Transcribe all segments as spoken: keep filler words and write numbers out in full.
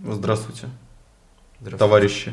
Здравствуйте, Здравствуйте. товарищи.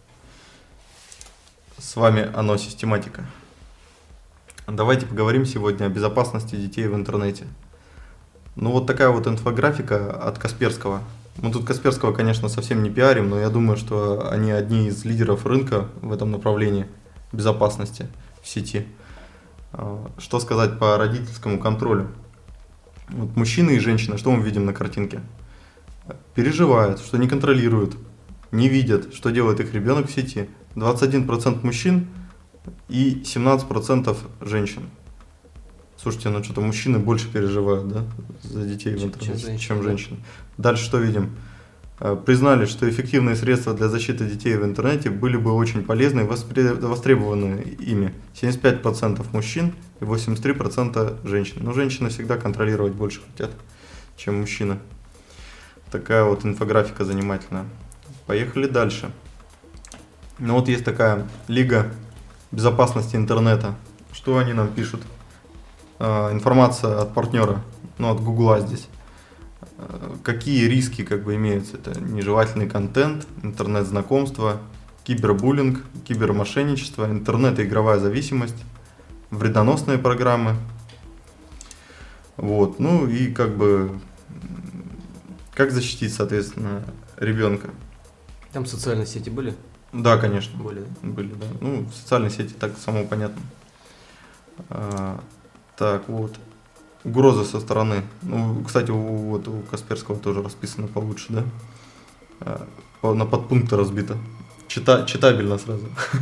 С вами ОНО Систематика. Давайте поговорим сегодня о безопасности детей в интернете. Ну вот такая вот инфографика от Касперского. Мы тут Касперского, конечно, совсем не пиарим, но я думаю, что они одни из лидеров рынка в этом направлении безопасности в сети. Что сказать по родительскому контролю? Вот мужчины и женщины, что мы видим на картинке? Переживают, что не контролируют, не видят, что делает их ребенок в сети. двадцать один процент мужчин и семнадцать процентов женщин. Слушайте, ну что-то мужчины больше переживают, да, за детей в интернете, чем, чем женщины. Дальше что видим? Признали, что эффективные средства для защиты детей в интернете были бы очень полезны и востребованы ими. семьдесят пять процентов мужчин и восемьдесят три процента женщин. Но женщины всегда контролировать больше хотят, чем мужчины. Такая вот инфографика занимательная. Поехали дальше. Ну вот есть такая Лига безопасности интернета. Что они нам пишут? Э, информация от партнера, ну от Гугла здесь. Э, какие риски как бы имеются? Это нежелательный контент, интернет-знакомство, кибербуллинг, кибермошенничество, интернет и игровая зависимость, вредоносные программы. Вот, ну и как бы... Как защитить, соответственно, ребенка? Там социальные сети были? Да, конечно. Были, да? Были, да. Ну, в социальные сети так само понятно. А, так, вот. Угрозы со стороны. Ну, кстати, у, вот, у Касперского тоже расписано получше, да? А, по, на подпункты разбито. Чита, читабельно сразу.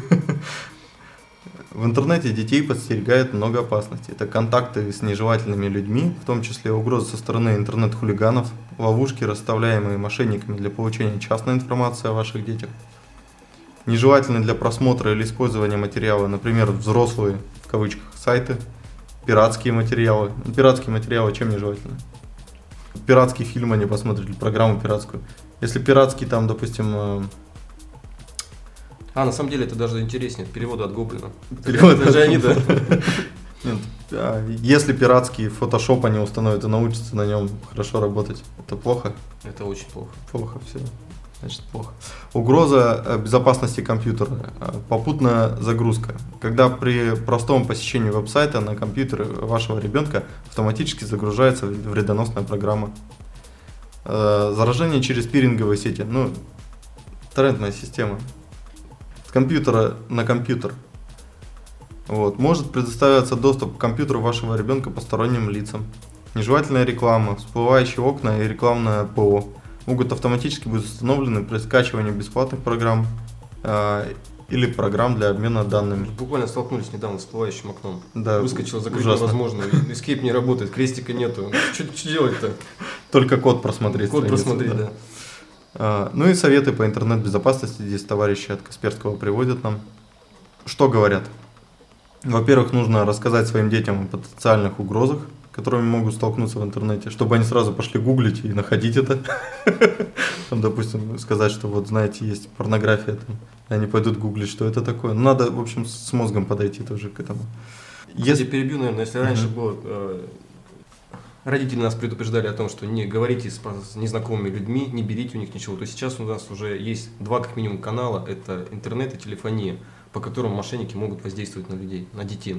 В интернете детей подстерегает много опасностей. Это контакты с нежелательными людьми, в том числе угрозы со стороны интернет-хулиганов, ловушки, расставляемые мошенниками для получения частной информации о ваших детях, нежелательные для просмотра или использования материалы, например, взрослые, в кавычках, сайты, пиратские материалы. Пиратские материалы чем нежелательны? Пиратский фильм они посмотрят, или программу пиратскую. Если пиратский там, допустим... А, на самом деле это даже интереснее, переводы от Гоблина. Переводы это же они, да. Нет, если пиратский фотошоп они установят и научатся на нем хорошо работать, это плохо? Это очень плохо. Плохо, все. Значит, плохо. Угроза безопасности компьютера. Попутная загрузка. Когда при простом посещении веб-сайта на компьютер вашего ребенка автоматически загружается вредоносная программа. Заражение через пиринговые сети. Ну, торрентная система. С компьютера на компьютер. Вот. Может предоставляться доступ к компьютеру вашего ребенка посторонним лицам. Нежелательная реклама, всплывающие окна и рекламное ПО могут автоматически быть установлены при скачивании бесплатных программ э, или программ для обмена данными. Буквально столкнулись недавно с всплывающим окном. Да, выскочил, закрыть ужасно. невозможно. Escape не работает, крестика нету. Что делать-то? Только код просмотреть. Код страницу, просмотреть, да. да. А, ну и советы по интернет-безопасности здесь товарищи от Касперского приводят нам. Что говорят? Во-первых, нужно рассказать своим детям о потенциальных угрозах, которыми могут столкнуться в интернете, чтобы они сразу пошли гуглить и находить это. Там, допустим, сказать, что вот, знаете, есть порнография, там, и они пойдут гуглить, что это такое. Надо, в общем, с мозгом подойти тоже к этому. Если перебью, наверное, если раньше было... Родители нас предупреждали о том, что не говорите с, с незнакомыми людьми, не берите у них ничего, то сейчас у нас уже есть два как минимум канала, это интернет и телефония, по которым мошенники могут воздействовать на людей, на детей.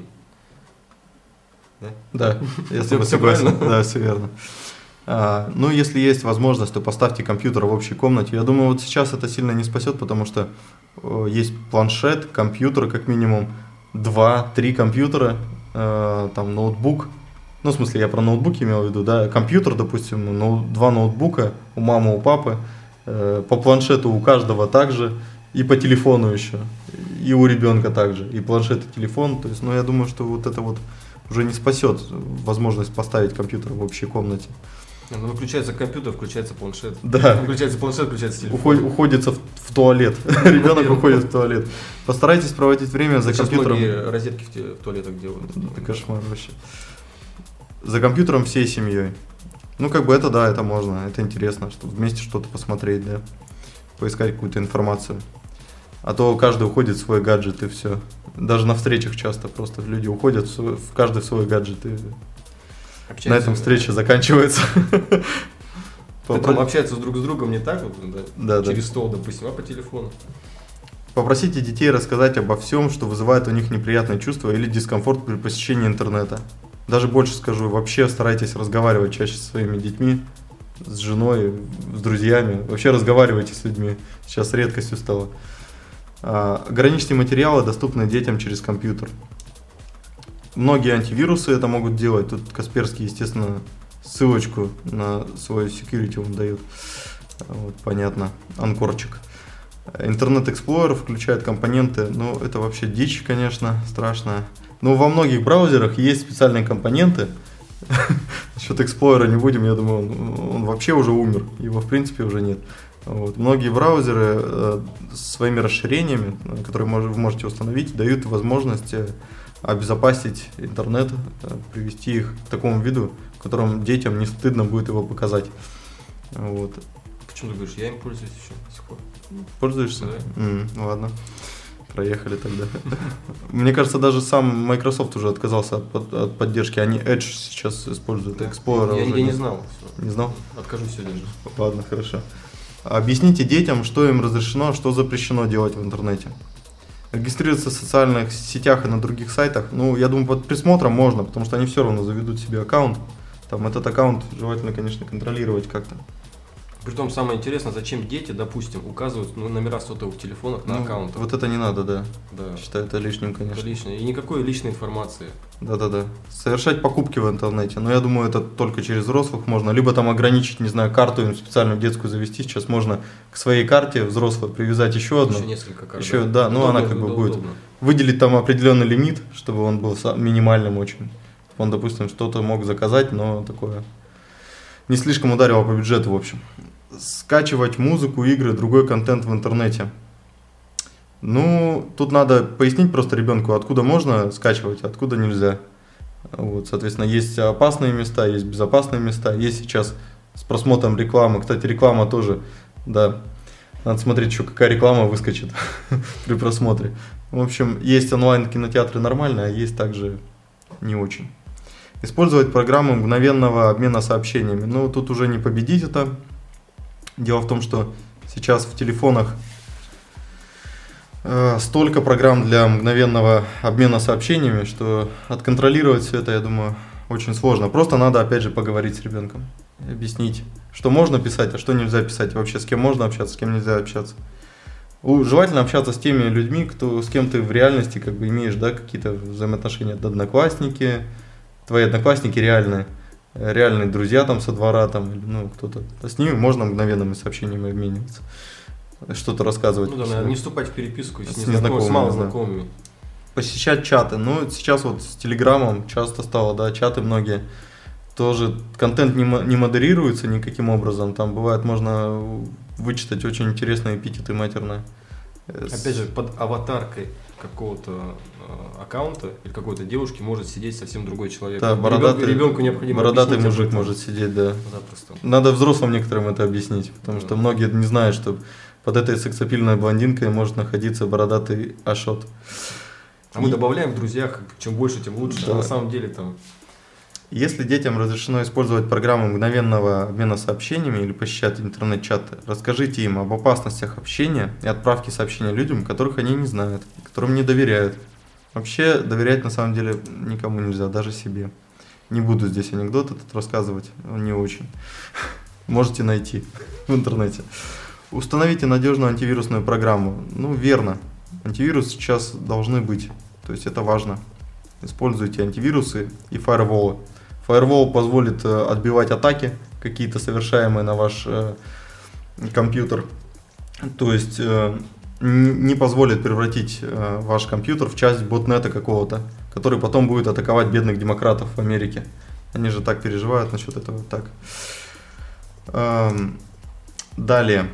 Да, да, я с тобой согласен. Да, все верно. А, ну, если есть возможность, то поставьте компьютер в общей комнате. Я думаю, вот сейчас это сильно не спасет, потому что э, есть планшет, компьютер, как минимум два-три компьютера, э, там ноутбук. Ну, в смысле, я про ноутбуки имел в виду, да, компьютер, допустим, ноу, два ноутбука у мамы, у папы, э, по планшету у каждого также, и по телефону еще, и у ребенка также, и планшет, и телефон, то есть, ну, я думаю, что вот это вот уже не спасет возможность поставить компьютер в общей комнате. Ну, выключается компьютер, включается планшет. Да. Выключается планшет, включается телефон. Уход, уходится в, в туалет, ребенок уходит в туалет. Постарайтесь проводить время за компьютером. Сейчас многие розетки в туалетах делают. Это кошмар вообще. За компьютером всей семьей. Ну, как бы это да, это можно, это интересно, что вместе что-то посмотреть, да, поискать какую-то информацию. А то каждый уходит в свой гаджет и все. Даже на встречах часто просто люди уходят в, свой, в каждый в свой гаджет и Общается, на этом встреча заканчивается. Попро... Там общаются друг с другом не так вот, да? Да, через да. стол, допустим, а по телефону. Попросите детей рассказать обо всем, что вызывает у них неприятные чувства или дискомфорт при посещении интернета. Даже больше скажу, вообще старайтесь разговаривать чаще со своими детьми, с женой, с друзьями. Вообще разговаривайте с людьми. Сейчас редкостью стало. А, ограничьте материалы, доступные детям через компьютер. Многие антивирусы это могут делать. Тут Касперский, естественно, ссылочку на свой security он дает. Вот, понятно. Анкорчик. Internet Explorer включает компоненты. Ну, это вообще дичь, конечно, страшная. Но во многих браузерах есть специальные компоненты. Насчет Explorer не будем, я думаю, он, он вообще уже умер. Его, в принципе, уже нет. Вот. Многие браузеры э, своими расширениями, которые мож, вы можете установить, дают возможность обезопасить интернет, э, привести их к такому виду, в котором детям не стыдно будет его показать. Вот. Почему ты говоришь, я им пользуюсь еще до сих пор? Пользуешься? Да. Mm, ладно, проехали тогда. Мне кажется, даже сам Microsoft уже отказался от, от поддержки. Они Edge сейчас используют, Explorer. Я, уже я не знал. Не знал? Откажусь сегодня же. Ладно, хорошо. Объясните детям, что им разрешено, что запрещено делать в интернете. Регистрироваться в социальных сетях и на других сайтах, ну, я думаю, под присмотром можно, потому что они все равно заведут себе аккаунт. Там этот аккаунт желательно, конечно, контролировать как-то. Притом самое интересное, зачем дети, допустим, указывают ну, номера сотовых телефонов на ну, аккаунтах. Вот это не надо, да. Да. Считаю это лишним, конечно. Это лишнее. И никакой личной информации. Да-да-да. Совершать покупки в интернете. Но я думаю, это только через взрослых можно. Либо там ограничить, не знаю, карту им специальную детскую завести. Сейчас можно к своей карте взрослой привязать еще одну. Еще несколько карт. Еще, да, ну удобно, она как бы будет. удобно. Выделить там определенный лимит, чтобы он был минимальным очень. Он, допустим, что-то мог заказать, но такое не слишком ударило по бюджету, в общем. Скачивать музыку, игры, другой контент в интернете. Ну, тут надо пояснить просто ребенку, откуда можно скачивать, а откуда нельзя. Вот, соответственно, есть опасные места, есть безопасные места. Есть сейчас с просмотром рекламы. Кстати, реклама тоже, да. Надо смотреть, еще какая реклама выскочит при просмотре. В общем, есть онлайн-кинотеатры нормальные, а есть также не очень. Использовать программы мгновенного обмена сообщениями. Ну, тут уже не победить это. Дело в том, что сейчас в телефонах э, столько программ для мгновенного обмена сообщениями, что отконтролировать все это, я думаю, очень сложно. Просто надо, опять же, поговорить с ребенком, объяснить, что можно писать, а что нельзя писать, вообще с кем можно общаться, с кем нельзя общаться. Желательно общаться с теми людьми, кто, с кем ты в реальности как бы имеешь, да, какие-то взаимоотношения, одноклассники, твои одноклассники реальные. Реальные друзья там со двора, там, ну, кто-то. С ними можно мгновенными сообщениями обмениваться, что-то рассказывать. Ну да, наверное, не вступать в переписку с, с незнакомыми, незнакомыми, с мало да. знакомыми. Посещать чаты. Ну, сейчас вот с Телеграмом часто стало, да, чаты многие. Тоже контент не, не модерируется никаким образом. Там бывает, можно вычитать очень интересные эпитеты матерные. Опять же, под аватаркой какого-то э, аккаунта или какой-то девушки может сидеть совсем другой человек. Да, бородатый, ребенку, ребенку необходимо бородатый мужик может сидеть, да. Запросто. Надо взрослым некоторым это объяснить, потому Да. что многие не знают, что под этой сексапильной блондинкой может находиться бородатый Ашот. А мы И... добавляем в друзьях, чем больше, тем лучше. Да. А на самом деле там... Если детям разрешено использовать программу мгновенного обмена сообщениями или посещать интернет-чаты, расскажите им об опасностях общения и отправки сообщений людям, которых они не знают, которым не доверяют. Вообще доверять на самом деле никому нельзя, даже себе. Не буду здесь анекдот этот рассказывать, он не очень. Можете найти в интернете. Установите надежную антивирусную программу. Ну, верно. Антивирус сейчас должны быть, то есть это важно. Используйте антивирусы и фаерволы. Фаервол позволит отбивать атаки, какие-то совершаемые на ваш э, компьютер. То есть э, не позволит превратить э, ваш компьютер в часть ботнета какого-то, который потом будет атаковать бедных демократов в Америке. Они же так переживают насчет этого. Так. Эм, далее.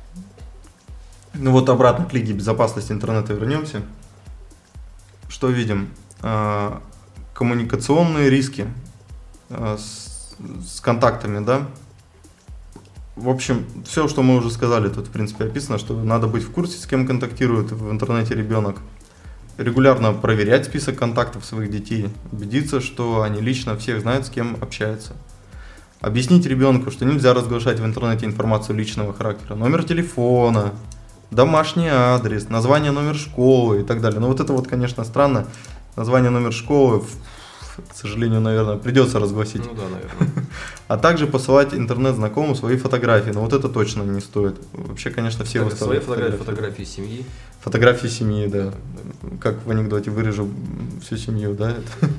Ну вот обратно к Лиге безопасности интернета вернемся. Что видим? Э, коммуникационные риски э, с, с контактами, да. В общем, все, что мы уже сказали, тут в принципе описано, что надо быть в курсе, с кем контактирует в интернете ребенок. Регулярно проверять список контактов своих детей, убедиться, что они лично всех знают, с кем общаются. Объяснить ребенку, что нельзя разглашать в интернете информацию личного характера, номер телефона, домашний адрес, название, номер школы и так далее. Но вот это вот, конечно, странно. Название, номер школы, к сожалению, наверное, придется разгласить. Ну да, наверное. А также посылать интернет-знакомым свои фотографии. Но вот это точно не стоит. Вообще, конечно, все Так, свои выставляют фотографии, фотографии семьи. Фотографии семьи, да. Как в анекдоте вырежу всю семью, да.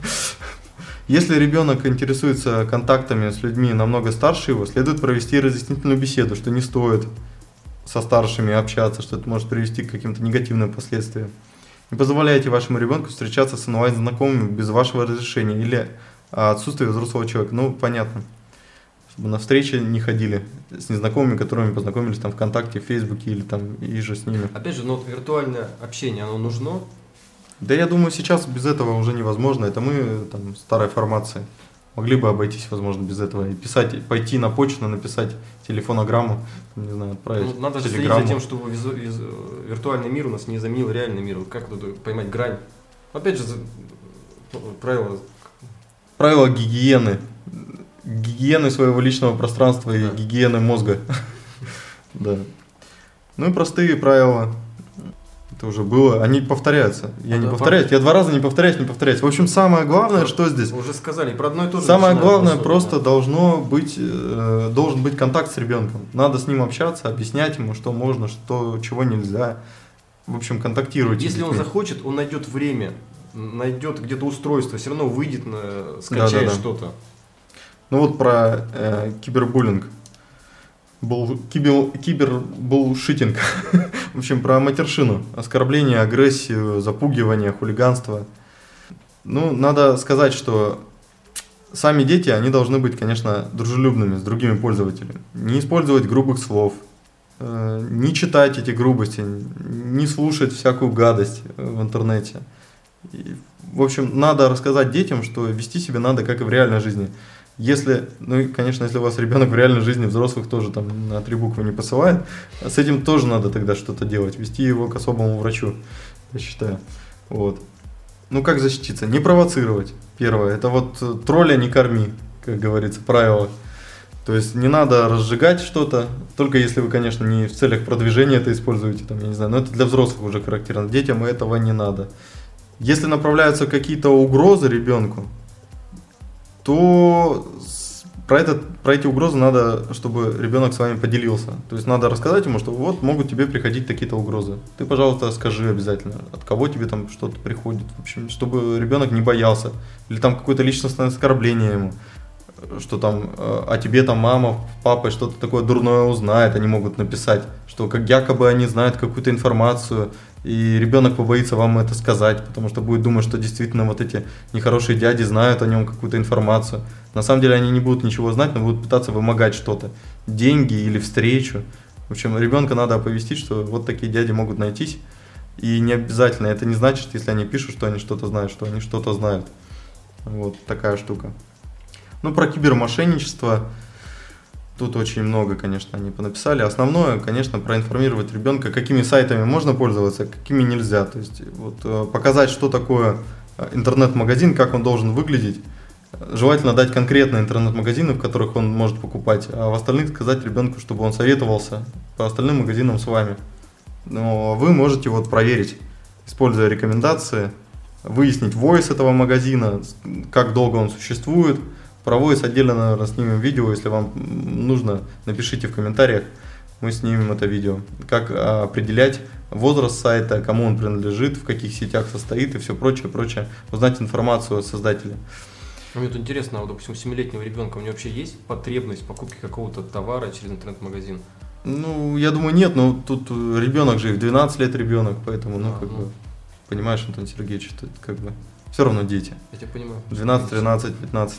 Если ребенок интересуется контактами с людьми намного старше его, следует провести разъяснительную беседу, что не стоит со старшими общаться, что это может привести к каким-то негативным последствиям. Не позволяйте вашему ребенку встречаться с онлайн-знакомыми без вашего разрешения или отсутствия взрослого человека. Ну, понятно. Чтобы на встречи не ходили с незнакомыми, которыми познакомились там ВКонтакте, в Фейсбуке или там и же с ними. Опять же, ну, виртуальное общение, оно нужно? Да я думаю, сейчас без этого уже невозможно. Это мы, там, старой формации, могли бы обойтись, возможно, без этого. И писать, пойти на почту, написать телефонограмму, не знаю, отправить. Ну, надо же следить за тем, чтобы визу, визу, виртуальный мир у нас не заменил реальный мир. Как тут поймать грань? Опять же, правила... Правила гигиены. Гигиены своего личного пространства и да. гигиены мозга. Да. Ну и простые правила. Это уже было. Они повторяются. Я а не да, повторяюсь. Пар... Я два раза не повторяюсь, не повторяюсь. В общем, самое главное, что здесь? Уже сказали, про одно и то же. Самое главное, просто да. должно быть, э, должен быть контакт с ребенком. Надо с ним общаться, объяснять ему, что можно, что, чего нельзя. В общем, контактировать. Если он захочет, он найдет время, найдет где-то устройство, все равно выйдет, на, скачает да, да, да. что-то. Ну вот про э, кибербуллинг. Был, кибер, кибербулшитинг. В общем, про матершину. Оскорбление, агрессию, запугивание, хулиганство. Ну, надо сказать, что сами дети, они должны быть, конечно, дружелюбными с другими пользователями. Не использовать грубых слов, э, не читать эти грубости, не слушать всякую гадость в интернете. И, в общем, надо рассказать детям, что вести себя надо, как и в реальной жизни. Если, ну и, конечно, если у вас ребенок в реальной жизни, взрослых тоже там на три буквы не посылает, с этим тоже надо тогда что-то делать, вести его к особому врачу, я считаю. Вот. Ну как защититься? Не провоцировать, первое. Это вот тролля не корми, как говорится, правило. То есть не надо разжигать что-то, только если вы, конечно, не в целях продвижения это используете, там, я не знаю, но это для взрослых уже характерно. Детям этого не надо. Если направляются какие-то угрозы ребенку, то про, этот, про эти угрозы надо, чтобы ребенок с вами поделился. То есть надо рассказать ему, что вот могут тебе приходить такие-то угрозы. Ты, пожалуйста, скажи обязательно, от кого тебе там что-то приходит. В общем, чтобы ребенок не боялся. Или там какое-то личностное оскорбление ему. Что там о тебе там мама, папа что-то такое дурное узнает, они могут написать, что как якобы они знают какую-то информацию, и ребенок побоится вам это сказать, потому что будет думать, что действительно вот эти нехорошие дяди знают о нем какую-то информацию. На самом деле они не будут ничего знать, но будут пытаться вымогать что-то, деньги или встречу. В общем, ребенка надо оповестить, что вот такие дяди могут найтись, и не обязательно, это не значит, если они пишут, что они что-то знают, что они что-то знают. Вот такая штука. Ну, про кибермошенничество тут очень много, конечно, они понаписали. Основное, конечно, проинформировать ребенка, какими сайтами можно пользоваться, какими нельзя. То есть вот, показать, что такое интернет-магазин, как он должен выглядеть. Желательно дать конкретные интернет-магазины, в которых он может покупать, а в остальных сказать ребенку, чтобы он советовался по остальным магазинам с вами. Но вы можете вот проверить, используя рекомендации, выяснить войс этого магазина, как долго он существует. Проводится отдельно, наверное, снимем видео, если вам нужно, напишите в комментариях, мы снимем это видео. Как определять возраст сайта, кому он принадлежит, в каких сетях состоит и все прочее, прочее. Узнать информацию о создателе. Мне тут интересно, а вот, допустим, у семилетнего ребенка у него вообще есть потребность в покупке какого-то товара через интернет-магазин? Ну, я думаю, нет, но тут ребенок же, в двенадцать лет ребенок, поэтому, ну, а, как ну. бы, понимаешь, Антон Сергеевич, что это как бы, все равно дети. Я тебя понимаю. двенадцать, тринадцать, пятнадцать.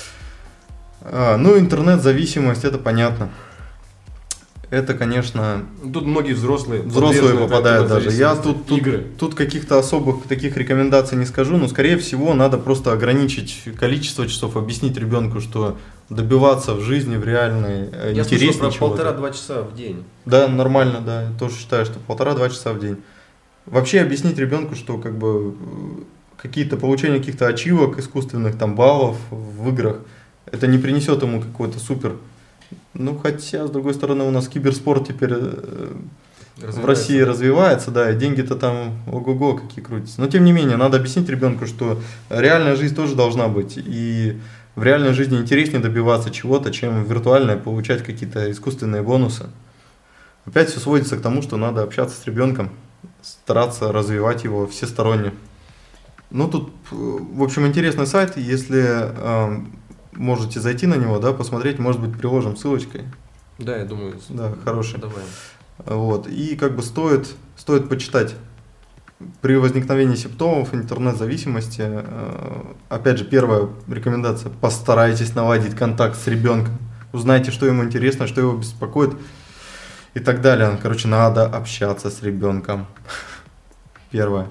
А, ну, интернет-зависимость, это понятно. Это, конечно... Тут многие взрослые, взрослые попадают даже. Я тут, тут, игры. тут каких-то особых таких рекомендаций не скажу, но, скорее всего, надо просто ограничить количество часов, объяснить ребенку, что добиваться в жизни, в реальной, я интереснее слышал про чего-то. полтора-два часа в день. Да, нормально, да. Я тоже считаю, что полтора-два часа в день. Вообще объяснить ребенку, что как бы какие-то получение каких-то ачивок искусственных, там, баллов в играх, это не принесет ему какой-то супер. Ну, хотя, с другой стороны, у нас киберспорт теперь в России развивается, да, и деньги-то там ого-го какие крутятся. Но, тем не менее, надо объяснить ребенку, что реальная жизнь тоже должна быть. И в реальной жизни интереснее добиваться чего-то, чем в виртуальной получать какие-то искусственные бонусы. Опять все сводится к тому, что надо общаться с ребенком, стараться развивать его всесторонне. Ну, тут, в общем, интересный сайт, если э, можете зайти на него, да, посмотреть, может быть, приложим ссылочкой. Да, я думаю, да, хороший. Давай. Вот. И как бы стоит, стоит почитать. При возникновении симптомов интернет-зависимости, э, опять же, первая рекомендация, постарайтесь наладить контакт с ребенком. Узнайте, что ему интересно, что его беспокоит и так далее. Короче, надо общаться с ребенком. Первое.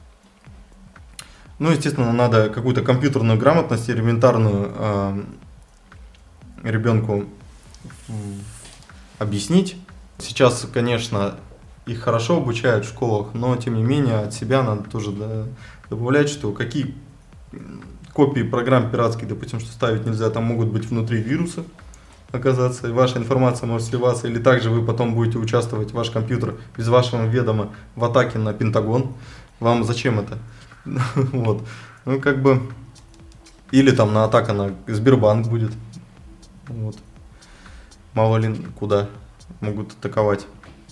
Ну, естественно, надо какую-то компьютерную грамотность элементарную э, ребенку объяснить. Сейчас, конечно, их хорошо обучают в школах, но тем не менее от себя надо тоже да, добавлять, что какие копии программ пиратских, допустим, что ставить нельзя, там могут быть внутри вирусы оказаться, и ваша информация может сливаться, или также вы потом будете участвовать, ваш компьютер без вашего ведома в атаке на Пентагон. Вам зачем это? Вот. Ну, как бы, или там на атака на Сбербанк будет. Вот. Мало ли куда могут атаковать.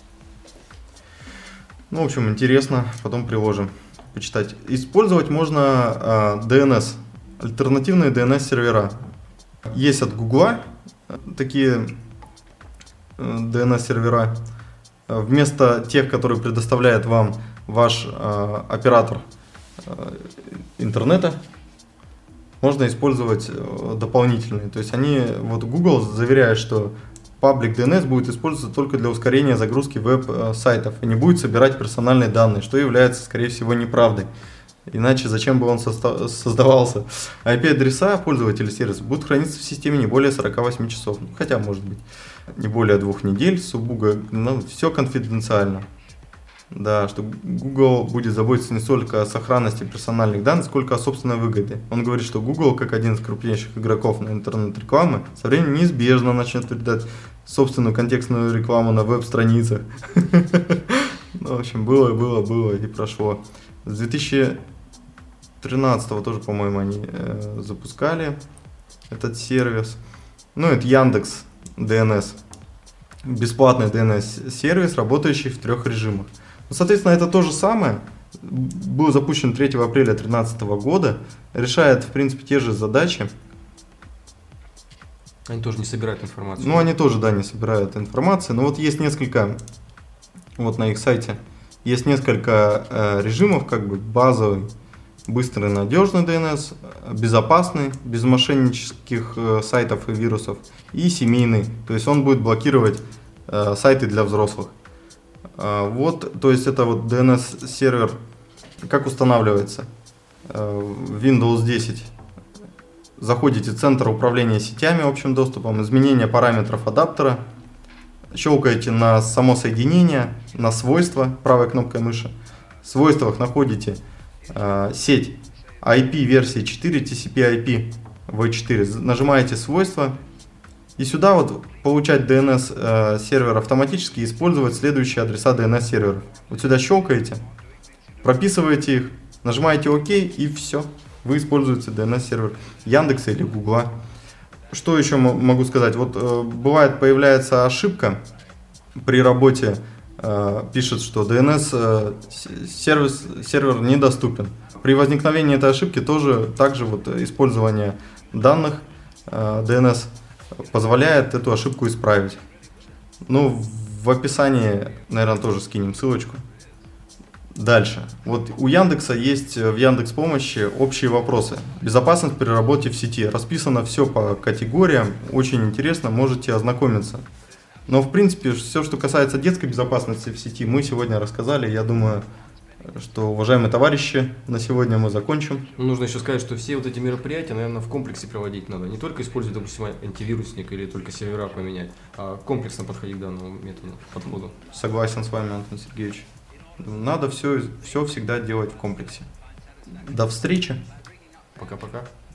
Ну, в общем, интересно, потом приложим, почитать. Использовать можно э, ди эн эс, альтернативные ди эн эс сервера. Есть от Гугла такие э, ди эн эс сервера. Вместо тех, которые предоставляет вам ваш э, оператор э, интернета, можно использовать э, дополнительные. То есть они, вот Google заверяет, что Public ди эн эс будет использоваться только для ускорения загрузки веб-сайтов и не будет собирать персональные данные, что является, скорее всего, неправдой. Иначе зачем бы он состав- создавался? ай пи-адреса пользователей сервиса будут храниться в системе не более сорок восемь часов. Ну, хотя, может быть, не более двух недель. Субуга, ну, все конфиденциально. Да, что Google будет заботиться не столько о сохранности персональных данных, сколько о собственной выгоде. Он говорит, что Google, как один из крупнейших игроков на интернет-рекламы, со временем неизбежно начнет передать собственную контекстную рекламу на веб-страницах. В общем, было, было, было и прошло. С две тысячи тринадцатого тоже, по-моему, они запускали этот сервис. Ну, это Яндекс ди эн эс. Бесплатный ди эн эс-сервис, работающий в трех режимах. Соответственно, это то же самое. Был запущен третьего апреля две тысячи тринадцатого года. Решает, в принципе, те же задачи. Они тоже не собирают информацию. Ну, они тоже, да, не собирают информацию. Но вот есть несколько, вот на их сайте, есть несколько э, режимов, как бы базовый, быстрый, надежный ди эн эс, безопасный, без мошеннических э, сайтов и вирусов, и семейный. То есть он будет блокировать э, сайты для взрослых. Э, вот, то есть это вот ди эн эс-сервер, как устанавливается? Э, Windows десять. Заходите в центр управления сетями общим доступом, изменение параметров адаптера, щелкаете на само соединение, на свойства, правой кнопкой мыши. В свойствах находите э, сеть ай пи версии четыре, ти си пи ай пи ви четыре, нажимаете свойства, и сюда вот получать ди эн эс э, сервер автоматически, использовать следующие адреса ди эн эс серверов. Вот сюда щелкаете, прописываете их, нажимаете ОК, и все. Вы используете ди эн эс-сервер Яндекса или Гугла. Что еще могу сказать? Вот э, бывает, появляется ошибка при работе, э, пишет, что ди эн эс-сервис, сервер недоступен. При возникновении этой ошибки тоже также вот использование данных э, ди эн эс позволяет эту ошибку исправить. Ну, в описании, наверное, тоже скинем ссылочку. Дальше. Вот у Яндекса есть в Яндекс.Помощи общие вопросы. Безопасность при работе в сети. Расписано все по категориям. Очень интересно, можете ознакомиться. Но в принципе, все, что касается детской безопасности в сети, мы сегодня рассказали. Я думаю, что, уважаемые товарищи, на сегодня мы закончим. Нужно еще сказать, что все вот эти мероприятия, наверное, в комплексе проводить надо. Не только использовать, допустим, антивирусник или только сервера поменять, а комплексно подходить к данному методу, подходу. Согласен с вами, Антон Сергеевич. Надо все, все всегда делать в комплексе. До встречи. Пока-пока.